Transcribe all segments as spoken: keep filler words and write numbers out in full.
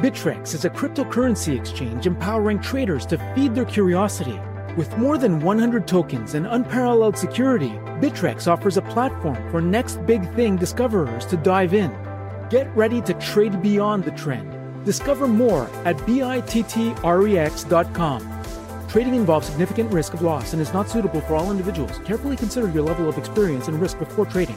Bittrex is a cryptocurrency exchange empowering traders to feed their curiosity. With more than one hundred tokens and unparalleled security, Bittrex offers a platform for next big thing discoverers to dive in. Get ready to trade beyond the trend. Discover more at bittrex dot com. Trading involves significant risk of loss and is not suitable for all individuals. Carefully consider your level of experience and risk before trading.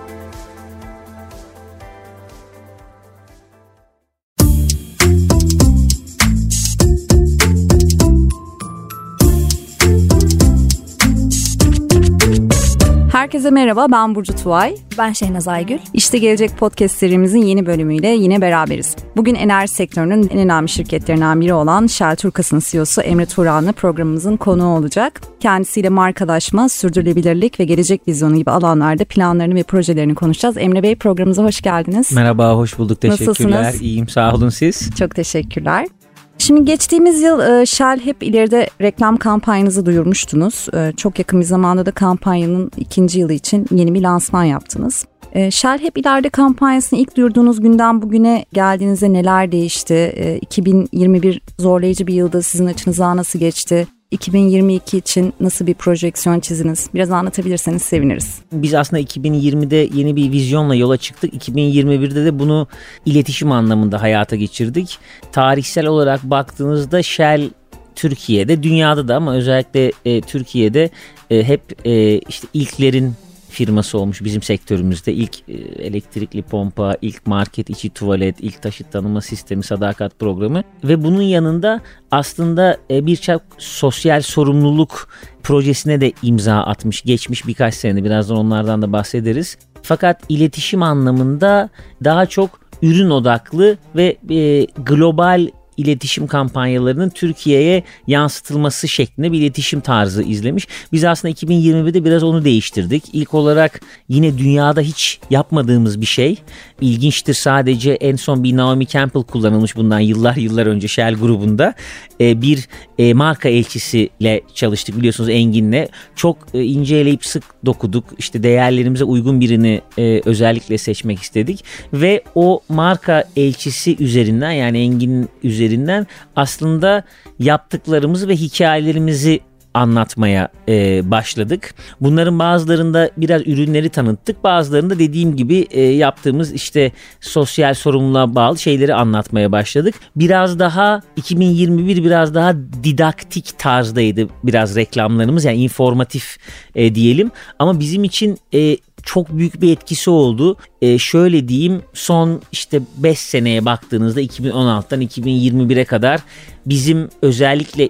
Herkese merhaba, ben Burcu Tuvay. Ben Şehnaz Aygül. İşte Gelecek Podcast serimizin yeni bölümüyle yine beraberiz. Bugün enerji sektörünün en önemli şirketlerinden biri olan Shell Turkas'ın C E O'su Emre Turanlı programımızın konuğu olacak. Kendisiyle markalaşma, sürdürülebilirlik ve gelecek vizyonu gibi alanlarda planlarını ve projelerini konuşacağız. Emre Bey, programımıza hoş geldiniz. Merhaba, hoş bulduk. Teşekkürler. Nasılsınız? İyiyim, sağ olun siz. Çok teşekkürler. Şimdi geçtiğimiz yıl Shell hep ileride reklam kampanyanızı duyurmuştunuz. Çok yakın bir zamanda da kampanyanın ikinci yılı için yeni bir lansman yaptınız. Shell hep ileride kampanyasını ilk duyurduğunuz günden bugüne geldiğinizde neler değişti? iki bin yirmi bir zorlayıcı bir yılda sizin açınızdan nasıl geçti? iki bin yirmi iki için nasıl bir projeksiyon çizdiniz? Biraz anlatabilirseniz seviniriz. Biz aslında iki bin yirmide yeni bir vizyonla yola çıktık. iki bin yirmi birde de bunu iletişim anlamında hayata geçirdik. Tarihsel olarak baktığınızda Shell Türkiye'de, dünyada da ama özellikle e, Türkiye'de e, hep e, işte ilklerin firması olmuş bizim sektörümüzde. İlk e, elektrikli pompa, ilk market içi tuvalet, ilk taşıt tanıma sistemi, sadakat programı ve bunun yanında aslında e, birçok sosyal sorumluluk projesine de imza atmış geçmiş birkaç senede, birazdan onlardan da bahsederiz. Fakat iletişim anlamında daha çok ürün odaklı ve e, global iletişim kampanyalarının Türkiye'ye yansıtılması şeklinde bir iletişim tarzı izlemiş. Biz aslında iki bin yirmi birde biraz onu değiştirdik. İlk olarak yine dünyada hiç yapmadığımız bir şey. İlginçtir, sadece en son bir Naomi Campbell kullanılmış bundan yıllar yıllar önce Shell grubunda. Ee, bir e, marka elçisiyle çalıştık, biliyorsunuz, Engin'le. Çok e, inceleyip sık dokuduk. İşte değerlerimize uygun birini e, özellikle seçmek istedik. Ve o marka elçisi üzerinden, yani Engin'in üzerinden aslında yaptıklarımızı ve hikayelerimizi anlatmaya e, başladık. Bunların bazılarında biraz ürünleri tanıttık. Bazılarında dediğim gibi e, yaptığımız işte sosyal sorumluluğa bağlı şeyleri anlatmaya başladık. Biraz daha iki bin yirmi bir biraz daha didaktik tarzdaydı biraz reklamlarımız, yani informatif e, diyelim. Ama bizim için e, çok büyük bir etkisi oldu. Ee, şöyle diyeyim, son işte beş seneye baktığınızda iki bin on altıdan iki bin yirmi bire kadar bizim özellikle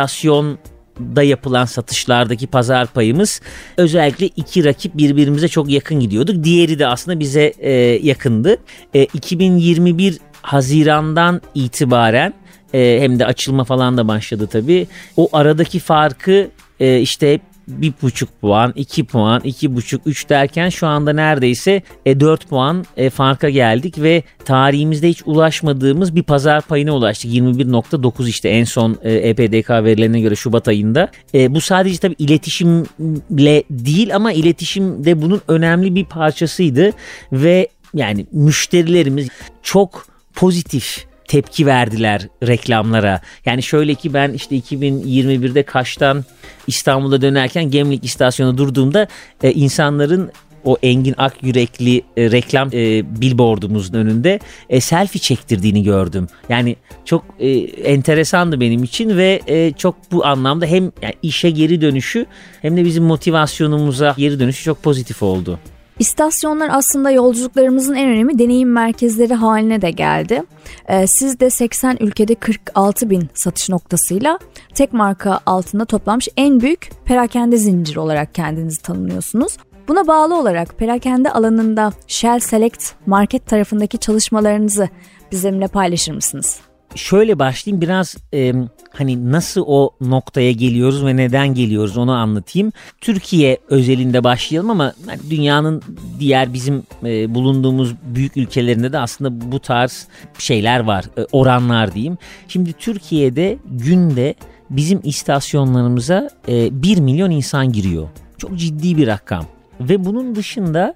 istasyonda yapılan satışlardaki pazar payımız, özellikle iki rakip birbirimize çok yakın gidiyorduk. Diğeri de aslında bize e, yakındı. E, iki bin yirmi bir Haziran'dan itibaren e, hem de açılma falan da başladı tabii. O aradaki farkı e, işte bir buçuk puan, iki puan, iki buçuk, üç derken şu anda neredeyse e, dört puan e, farka geldik ve tarihimizde hiç ulaşmadığımız bir pazar payına ulaştık. yirmi bir nokta dokuz işte en son e, E P D K verilerine göre Şubat ayında. E, bu sadece tabii iletişimle değil ama iletişim de bunun önemli bir parçasıydı ve yani müşterilerimiz çok pozitif tepki verdiler reklamlara. Yani şöyle ki, ben işte iki bin yirmi birde Kaş'tan İstanbul'a dönerken Gemlik istasyonuna durduğumda e, insanların o Engin Akyürekli e, reklam e, billboardumuzun önünde e, selfie çektirdiğini gördüm. Yani çok e, enteresandı benim için ve e, çok bu anlamda hem yani işe geri dönüşü hem de bizim motivasyonumuza geri dönüşü çok pozitif oldu. İstasyonlar aslında yolculuklarımızın en önemli deneyim merkezleri haline de geldi. Ee, siz de seksen ülkede kırk altı bin satış noktasıyla tek marka altında toplanmış en büyük perakende zinciri olarak kendinizi tanımlıyorsunuz. Buna bağlı olarak perakende alanında Shell Select Market tarafındaki çalışmalarınızı bizimle paylaşır mısınız? Şöyle başlayayım, biraz e, hani nasıl o noktaya geliyoruz ve neden geliyoruz onu anlatayım. Türkiye özelinde başlayalım ama yani dünyanın diğer bizim e, bulunduğumuz büyük ülkelerinde de aslında bu tarz şeyler var, e, oranlar diyeyim. Şimdi Türkiye'de günde bizim istasyonlarımıza e, bir milyon insan giriyor. Çok ciddi bir rakam ve bunun dışında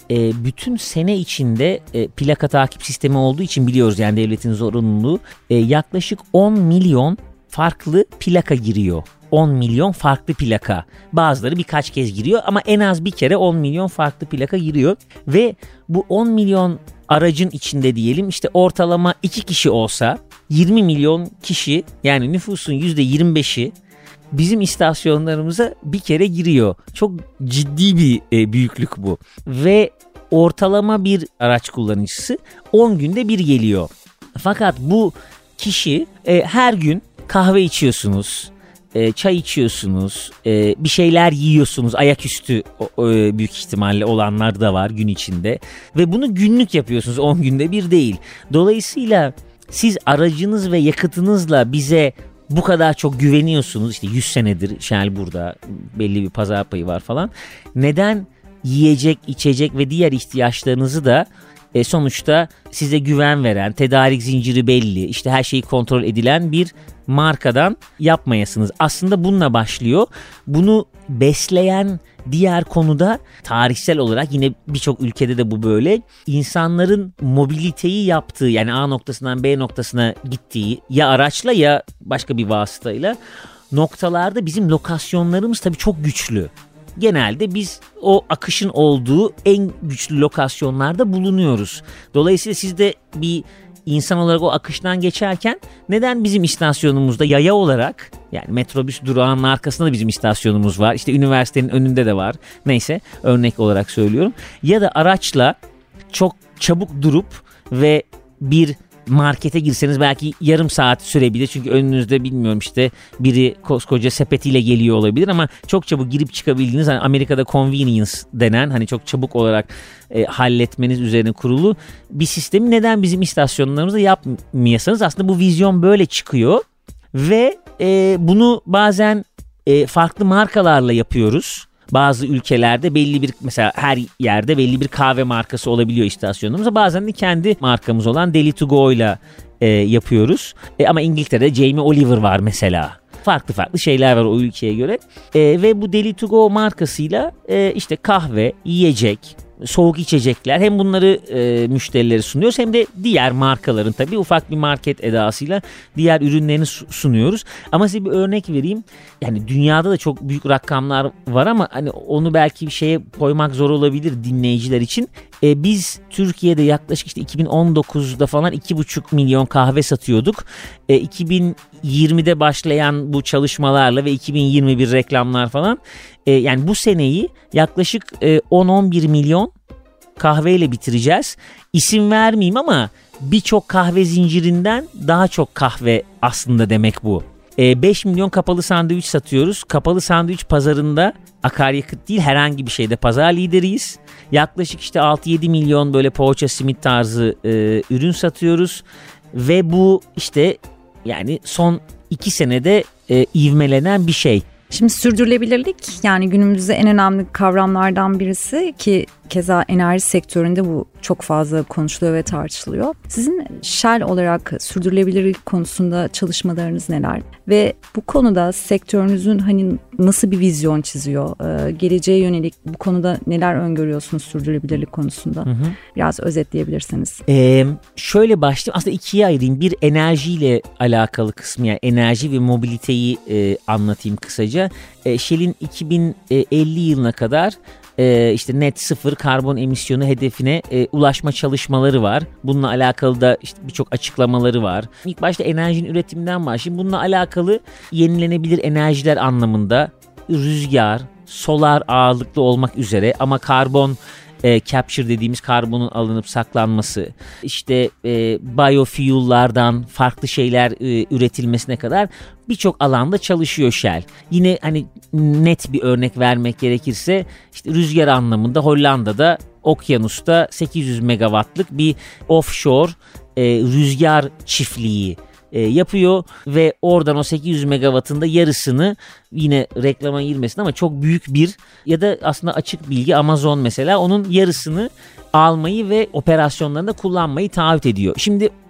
e, bütün sene içinde e, plaka takip sistemi olduğu için biliyoruz yani devletin zorunluluğu e, yaklaşık on milyon farklı plaka giriyor. on milyon farklı plaka. Bazıları birkaç kez giriyor ama en az bir kere on milyon farklı plaka giriyor. Ve bu on milyon aracın içinde diyelim işte ortalama iki kişi olsa yirmi milyon kişi yani nüfusun yüzde yirmi beşi bizim istasyonlarımıza bir kere giriyor. Çok ciddi bir e, büyüklük bu. Ve ortalama bir araç kullanıcısı on günde bir geliyor. Fakat bu kişi e, her gün kahve içiyorsunuz, e, çay içiyorsunuz, e, bir şeyler yiyorsunuz. Ayaküstü o, e, büyük ihtimalle olanlar da var gün içinde. Ve bunu günlük yapıyorsunuz, on günde bir değil. Dolayısıyla siz aracınız ve yakıtınızla bize bu kadar çok güveniyorsunuz. İşte yüz senedir Shell burada, belli bir pazar payı var falan. Neden yiyecek, içecek ve diğer ihtiyaçlarınızı da e, sonuçta size güven veren, tedarik zinciri belli, işte her şeyi kontrol edilen bir markadan yapmayasınız? Aslında bununla başlıyor. Bunu besleyen diğer konuda tarihsel olarak yine birçok ülkede de bu böyle. İnsanların mobiliteyi yaptığı yani A noktasından B noktasına gittiği ya araçla ya başka bir vasıtayla noktalarda bizim lokasyonlarımız tabii çok güçlü. Genelde biz o akışın olduğu en güçlü lokasyonlarda bulunuyoruz. Dolayısıyla siz de bir insan olarak o akıştan geçerken neden bizim istasyonumuzda yaya olarak yani metrobüs durağının arkasında da bizim istasyonumuz var. İşte üniversitenin önünde de var. Neyse örnek olarak söylüyorum. Ya da araçla çok çabuk durup ve bir markete girseniz belki yarım saat sürebilir. Çünkü önünüzde bilmiyorum işte biri koskoca sepetiyle geliyor olabilir ama çok çabuk girip çıkabildiğiniz hani Amerika'da convenience denen hani çok çabuk olarak e, halletmeniz üzerine kurulu bir sistemi neden bizim istasyonlarımızda yapmayasanız aslında bu vizyon böyle çıkıyor ve e, bunu bazen e, farklı markalarla yapıyoruz. Bazı ülkelerde belli bir mesela her yerde belli bir kahve markası olabiliyor istasyonumuzda. Bazen de kendi markamız olan Deli to Go ile e, yapıyoruz. E, ama İngiltere'de Jamie Oliver var mesela. Farklı farklı şeyler var o ülkeye göre. E, ve bu Deli to Go markasıyla e, işte kahve, yiyecek, soğuk içecekler hem bunları e, müşterilere sunuyoruz hem de diğer markaların tabii ufak bir market edasıyla diğer ürünlerini sunuyoruz. Ama size bir örnek vereyim. Yani dünyada da çok büyük rakamlar var ama hani onu belki bir şeye koymak zor olabilir dinleyiciler için. E, biz Türkiye'de yaklaşık işte iki bin on dokuzda falan iki buçuk milyon kahve satıyorduk. E, iki bin yirmide başlayan bu çalışmalarla ve iki bin yirmi bir reklamlar falan e, yani bu seneyi yaklaşık e, on on bir milyon kahveyle bitireceğiz. İsim vermeyeyim ama birçok kahve zincirinden daha çok kahve aslında demek bu. E, beş milyon kapalı sandviç satıyoruz. Kapalı sandviç pazarında akaryakıt değil herhangi bir şeyde pazar lideriyiz. Yaklaşık işte altı yedi milyon böyle poğaça simit tarzı e, ürün satıyoruz. Ve bu işte yani son iki senede e, ivmelenen bir şey. Şimdi sürdürülebilirlik yani günümüzde en önemli kavramlardan birisi ki keza enerji sektöründe bu çok fazla konuşuluyor ve tartışılıyor. Sizin Shell olarak sürdürülebilirlik konusunda çalışmalarınız neler? Ve bu konuda sektörünüzün hani nasıl bir vizyon çiziyor? Ee, geleceğe yönelik bu konuda neler öngörüyorsunuz sürdürülebilirlik konusunda? Hı hı. Biraz özetleyebilirsiniz. Ee, şöyle başlayayım. Aslında ikiye ayırayım. Bir enerjiyle alakalı kısmı yani enerji ve mobiliteyi e, anlatayım kısaca. E, Shell'in iki bin elli yılına kadar Ee, işte net sıfır karbon emisyonu hedefine e, ulaşma çalışmaları var. Bununla alakalı da işte birçok açıklamaları var. İlk başta enerjinin üretiminden başlayayım. Bununla alakalı yenilenebilir enerjiler anlamında rüzgar, solar ağırlıklı olmak üzere ama karbon e, capture dediğimiz karbonun alınıp saklanması, işte e, biofuel'lardan farklı şeyler e, üretilmesine kadar birçok alanda çalışıyor Shell. Yine hani net bir örnek vermek gerekirse işte rüzgar anlamında Hollanda'da okyanusta sekiz yüz megawattlık bir offshore e, rüzgar çiftliği E, yapıyor ve oradan o sekiz yüz megawattın da yarısını yine reklama girmesin ama çok büyük bir ya da aslında açık bilgi Amazon mesela onun yarısını almayı ve operasyonlarında kullanmayı taahhüt ediyor. Şimdi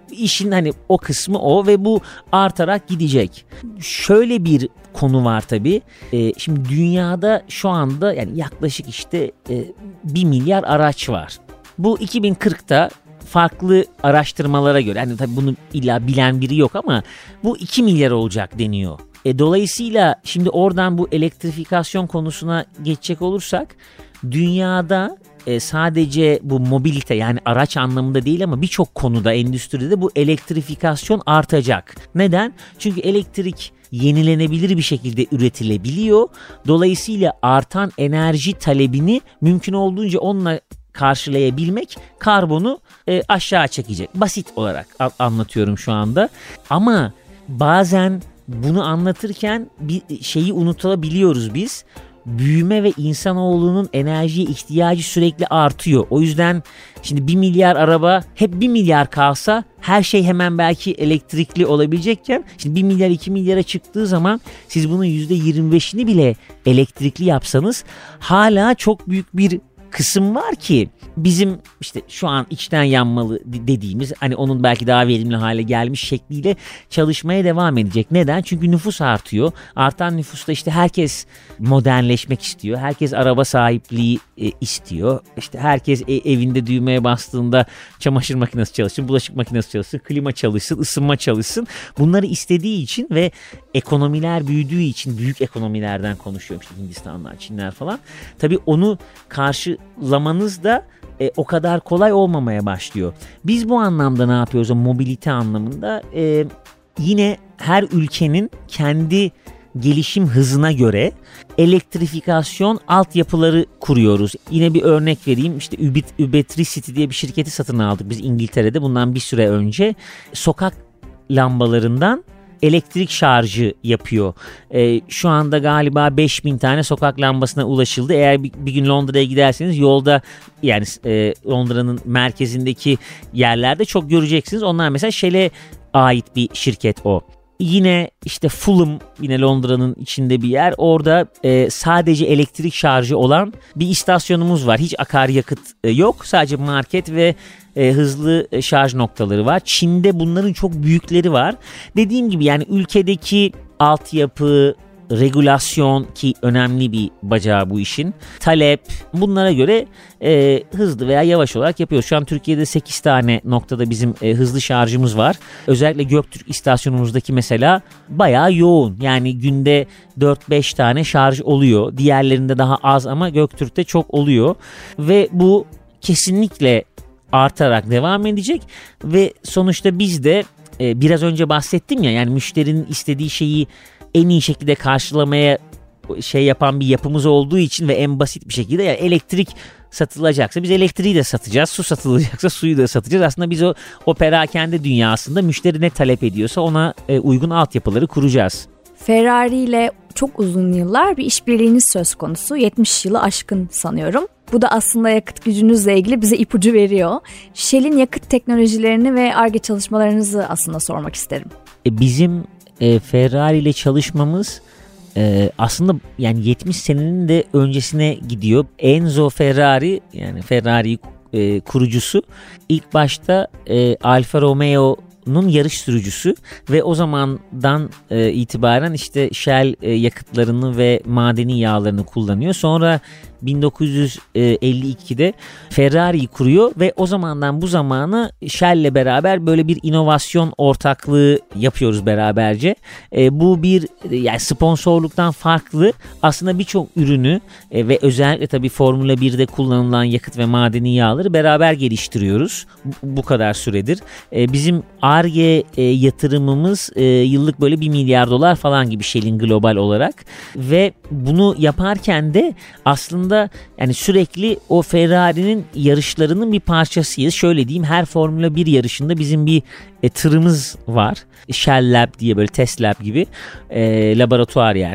İşin hani o kısmı o ve bu artarak gidecek. Şöyle bir konu var tabii. E, şimdi dünyada şu anda yani yaklaşık işte e, bir milyar araç var. Bu iki bin kırkta farklı araştırmalara göre, hani tabii bunu illa bilen biri yok ama bu iki milyar olacak deniyor. E, dolayısıyla şimdi oradan bu elektrifikasyon konusuna geçecek olursak dünyada e, sadece bu mobilite yani araç anlamında değil ama birçok konuda endüstride bu elektrifikasyon artacak. Neden? Çünkü elektrik yenilenebilir bir şekilde üretilebiliyor. Dolayısıyla artan enerji talebini mümkün olduğunca onunla karşılayabilmek karbonu e, aşağı çekecek. Basit olarak a- anlatıyorum şu anda. Ama bazen bunu anlatırken bir şeyi unutabiliyoruz biz. Büyüme ve insanoğlunun enerjiye ihtiyacı sürekli artıyor. O yüzden şimdi bir milyar araba hep bir milyar kalsa her şey hemen belki elektrikli olabilecekken şimdi bir milyar iki milyara çıktığı zaman siz bunun yüzde yirmi beşini bile elektrikli yapsanız hala çok büyük bir kısım var ki bizim işte şu an içten yanmalı dediğimiz hani onun belki daha verimli hale gelmiş şekliyle çalışmaya devam edecek. Neden? Çünkü nüfus artıyor. Artan nüfusta işte herkes modernleşmek istiyor. Herkes araba sahipliği e, istiyor. İşte herkes e, evinde düğmeye bastığında çamaşır makinesi çalışsın, bulaşık makinesi çalışsın, klima çalışsın, ısınma çalışsın. Bunları istediği için ve ekonomiler büyüdüğü için büyük ekonomilerden konuşuyorum işte Hindistanlar, Çinler falan. Tabii onu karşılamanız da e, o kadar kolay olmamaya başlıyor. Biz bu anlamda ne yapıyoruz? O mobilite anlamında e, yine her ülkenin kendi gelişim hızına göre elektrifikasyon altyapıları kuruyoruz. Yine bir örnek vereyim. İşte Ubetricity diye bir şirketi satın aldık biz İngiltere'de bundan bir süre önce. Sokak lambalarından elektrik şarjı yapıyor. Ee, şu anda galiba beş bin tane sokak lambasına ulaşıldı. Eğer bir, bir gün Londra'ya giderseniz yolda yani e, Londra'nın merkezindeki yerlerde çok göreceksiniz. Onlar mesela Shell'e ait bir şirket o. Yine işte Fulham yine Londra'nın içinde bir yer. Orada e, sadece elektrik şarjı olan bir istasyonumuz var. Hiç akaryakıt e, yok. Sadece market ve e, hızlı e, şarj noktaları var. Çin'de bunların çok büyükleri var. Dediğim gibi yani ülkedeki altyapı, regülasyon ki önemli bir bacağı bu işin, talep bunlara göre e, hızlı veya yavaş olarak yapıyoruz. Şu an Türkiye'de sekiz tane noktada bizim e, hızlı şarjımız var. Özellikle Göktürk istasyonumuzdaki mesela bayağı yoğun. Yani günde dört beş tane şarj oluyor. Diğerlerinde daha az ama Göktürk'te çok oluyor. Ve bu kesinlikle artarak devam edecek ve sonuçta biz de e, biraz önce bahsettim ya yani müşterinin istediği şeyi en iyi şekilde karşılamaya şey yapan bir yapımız olduğu için ve en basit bir şekilde yani elektrik satılacaksa biz elektriği de satacağız, su satılacaksa suyu da satacağız. Aslında biz o, o perakende dünyasında müşteri ne talep ediyorsa ona e, uygun altyapıları kuracağız. Ferrari ile çok uzun yıllar bir işbirliğiniz söz konusu. yetmiş yılı aşkın sanıyorum. Bu da aslında yakıt gücünüzle ilgili bize ipucu veriyor. Shell'in yakıt teknolojilerini ve Ar-Ge çalışmalarınızı aslında sormak isterim. E, bizim e, Ferrari ile çalışmamız e, aslında yani yetmiş senenin de öncesine gidiyor. Enzo Ferrari yani Ferrari e, kurucusu ilk başta e, Alfa Romeo Nun yarış sürücüsü ve o zamandan e, itibaren işte Shell e, yakıtlarını ve madeni yağlarını kullanıyor. Sonra bin dokuz yüz elli ikide Ferrari'yi kuruyor ve o zamandan bu zamana Shell'le beraber böyle bir inovasyon ortaklığı yapıyoruz beraberce. E, bu bir yani sponsorluktan farklı aslında birçok ürünü e, ve özellikle tabii Formula birde kullanılan yakıt ve madeni yağları beraber geliştiriyoruz. Bu, bu kadar süredir. E, bizim Ar-Ge e, yatırımımız e, yıllık böyle bir milyar dolar falan gibi Shell'in global olarak ve bunu yaparken de aslında yani sürekli o Ferrari'nin yarışlarının bir parçasıyız. Şöyle diyeyim her Formula bir yarışında bizim bir e, tırımız var. Shell Lab diye böyle test lab gibi e, laboratuvar yani.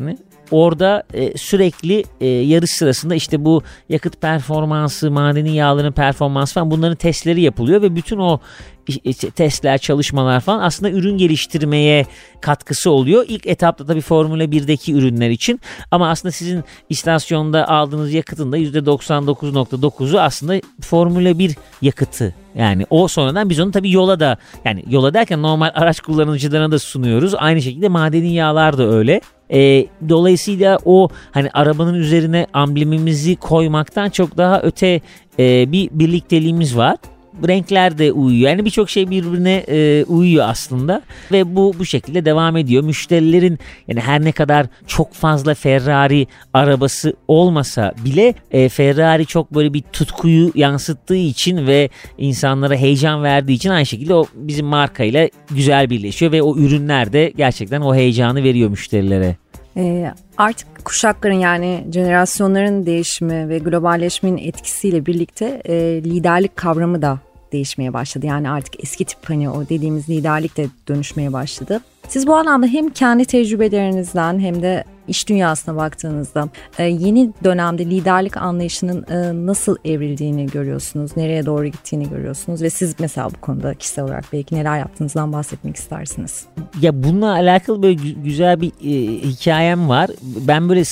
orada e, sürekli e, yarış sırasında işte bu yakıt performansı, madeni yağların performansı falan bunların testleri yapılıyor ve bütün o işte testler, çalışmalar falan aslında ürün geliştirmeye katkısı oluyor. İlk etapta tabii Formula birdeki ürünler için ama aslında sizin istasyonda aldığınız yakıtın da yüzde doksan dokuz nokta dokuzu aslında Formula bir yakıtı. Yani o sonradan biz onu tabii yola da, yani yola derken normal araç kullanıcılarına da sunuyoruz. Aynı şekilde madeni yağlar da öyle. E, dolayısıyla o hani arabanın üzerine amblemimizi koymaktan çok daha öte e, bir birlikteliğimiz var. Renkler de uyuyor. Yani birçok şey birbirine e, uyuyor aslında ve bu bu şekilde devam ediyor. Müşterilerin yani her ne kadar çok fazla Ferrari arabası olmasa bile e, Ferrari çok böyle bir tutkuyu yansıttığı için ve insanlara heyecan verdiği için aynı şekilde o bizim markayla güzel birleşiyor ve o ürünler de gerçekten o heyecanı veriyor müşterilere. E, artık kuşakların yani jenerasyonların değişimi ve globalleşmenin etkisiyle birlikte e, liderlik kavramı da değişmeye başladı. Yani artık eski tip hani o dediğimiz liderlik de dönüşmeye başladı. Siz bu anlamda hem kendi tecrübelerinizden hem de iş dünyasına baktığınızda e, yeni dönemde liderlik anlayışının e, nasıl evrildiğini görüyorsunuz, nereye doğru gittiğini görüyorsunuz ve siz mesela bu konuda kişisel olarak belki neler yaptığınızdan bahsetmek istersiniz. Ya bununla alakalı böyle güzel bir e, hikayem var. Ben böyle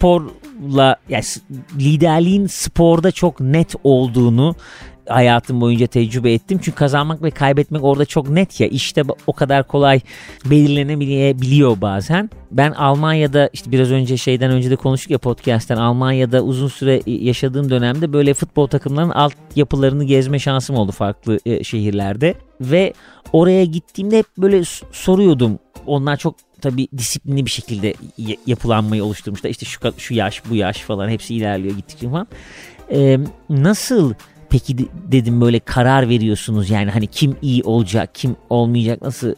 sporla, yani liderliğin sporda çok net olduğunu hayatım boyunca tecrübe ettim. Çünkü kazanmak ve kaybetmek orada çok net ya. İşte o kadar kolay belirlenebiliyor bazen. Ben Almanya'da işte biraz önce şeyden önce de konuştuk ya podcast'ten, Almanya'da uzun süre yaşadığım dönemde böyle futbol takımlarının alt yapılarını gezme şansım oldu farklı şehirlerde. Ve oraya gittiğimde hep böyle soruyordum. Onlar çok tabii disiplinli bir şekilde yapılanmayı oluşturmuşlar. İşte şu, şu yaş, bu yaş falan hepsi ilerliyor gittikçe falan. Ee, nasıl peki dedim böyle karar veriyorsunuz, yani hani kim iyi olacak, kim olmayacak, nasıl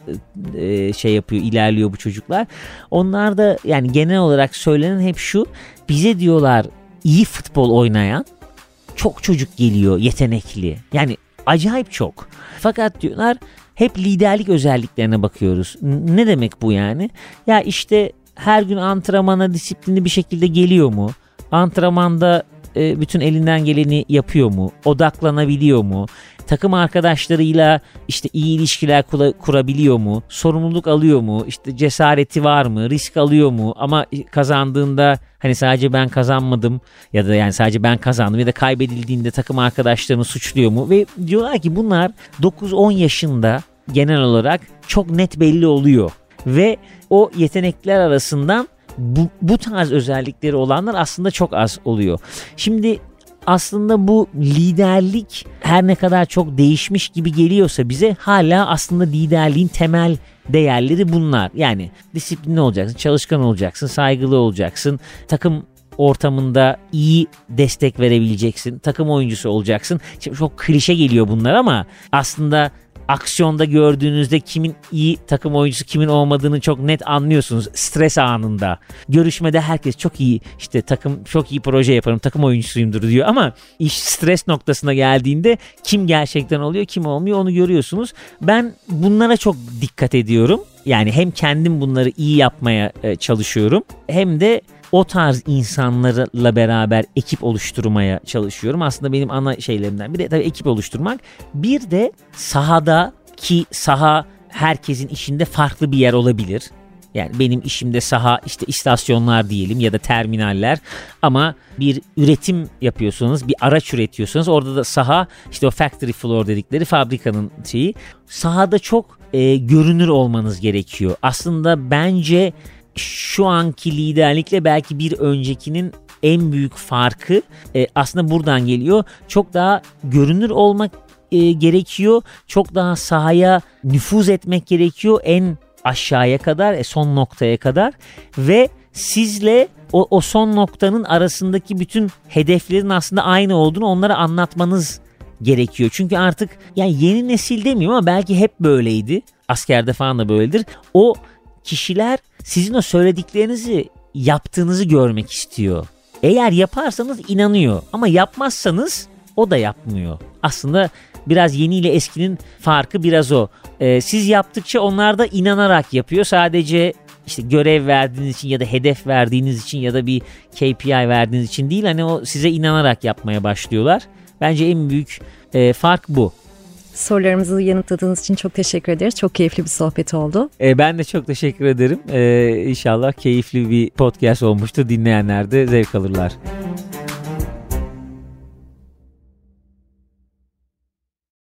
e, şey yapıyor, ilerliyor bu çocuklar. Onlar da yani genel olarak söylenen hep şu: bize diyorlar iyi futbol oynayan çok çocuk geliyor, yetenekli, yani acayip çok. Fakat diyorlar hep liderlik özelliklerine bakıyoruz. Ne demek bu yani? Ya işte her gün antrenmana disiplinli bir şekilde geliyor mu? Antrenmanda bütün elinden geleni yapıyor mu? Odaklanabiliyor mu? Takım arkadaşlarıyla işte iyi ilişkiler kurabiliyor mu? Sorumluluk alıyor mu? İşte cesareti var mı? Risk alıyor mu? Ama kazandığında hani sadece ben kazanmadım ya da yani sadece ben kazandım ya da kaybedildiğinde takım arkadaşlarını suçluyor mu? Ve diyorlar ki bunlar dokuz on yaşında genel olarak çok net belli oluyor. Ve o yetenekler arasından Bu, bu tarz özellikleri olanlar aslında çok az oluyor. Şimdi aslında bu liderlik her ne kadar çok değişmiş gibi geliyorsa bize, hala aslında liderliğin temel değerleri bunlar. Yani disiplinli olacaksın, çalışkan olacaksın, saygılı olacaksın, takım ortamında iyi destek verebileceksin, takım oyuncusu olacaksın. Şimdi çok klişe geliyor bunlar ama aslında aksiyonda gördüğünüzde kimin iyi takım oyuncusu kimin olmadığını çok net anlıyorsunuz stres anında. Görüşmede herkes çok iyi, işte takım çok iyi proje yaparım, takım oyuncusuyumdur diyor ama iş stres noktasına geldiğinde kim gerçekten oluyor, kim olmuyor onu görüyorsunuz. Ben bunlara çok dikkat ediyorum. Yani hem kendim bunları iyi yapmaya çalışıyorum hem de o tarz insanlarla beraber ekip oluşturmaya çalışıyorum. Aslında benim ana şeylerimden bir de tabii ekip oluşturmak. Bir de sahada, ki saha herkesin işinde farklı bir yer olabilir. Yani benim işimde saha işte istasyonlar diyelim ya da terminaller, ama bir üretim yapıyorsanız, bir araç üretiyorsanız orada da saha işte o factory floor dedikleri fabrikanın şeyi. Sahada çok e, görünür olmanız gerekiyor. Aslında bence şu anki liderlikle belki bir öncekinin en büyük farkı e, aslında buradan geliyor. Çok daha görünür olmak e, gerekiyor. Çok daha sahaya nüfuz etmek gerekiyor en aşağıya kadar, e, son noktaya kadar ve sizle o, o son noktanın arasındaki bütün hedeflerin aslında aynı olduğunu onlara anlatmanız gerekiyor. Çünkü artık yani yeni nesil demiyorum ama belki hep böyleydi. Askerde falan da böyledir. O kişiler sizin o söylediklerinizi yaptığınızı görmek istiyor. Eğer yaparsanız inanıyor ama yapmazsanız o da yapmıyor. Aslında biraz yeni ile eskinin farkı biraz o. Ee, siz yaptıkça onlar da inanarak yapıyor. Sadece işte görev verdiğiniz için ya da hedef verdiğiniz için ya da bir K P I verdiğiniz için değil. Hani o size inanarak yapmaya başlıyorlar. Bence en büyük e, fark bu. Sorularımızı yanıtladığınız için çok teşekkür ederiz. Çok keyifli bir sohbet oldu. E, ben de çok teşekkür ederim. E, İnşallah keyifli bir podcast olmuştur. Dinleyenler de zevk alırlar.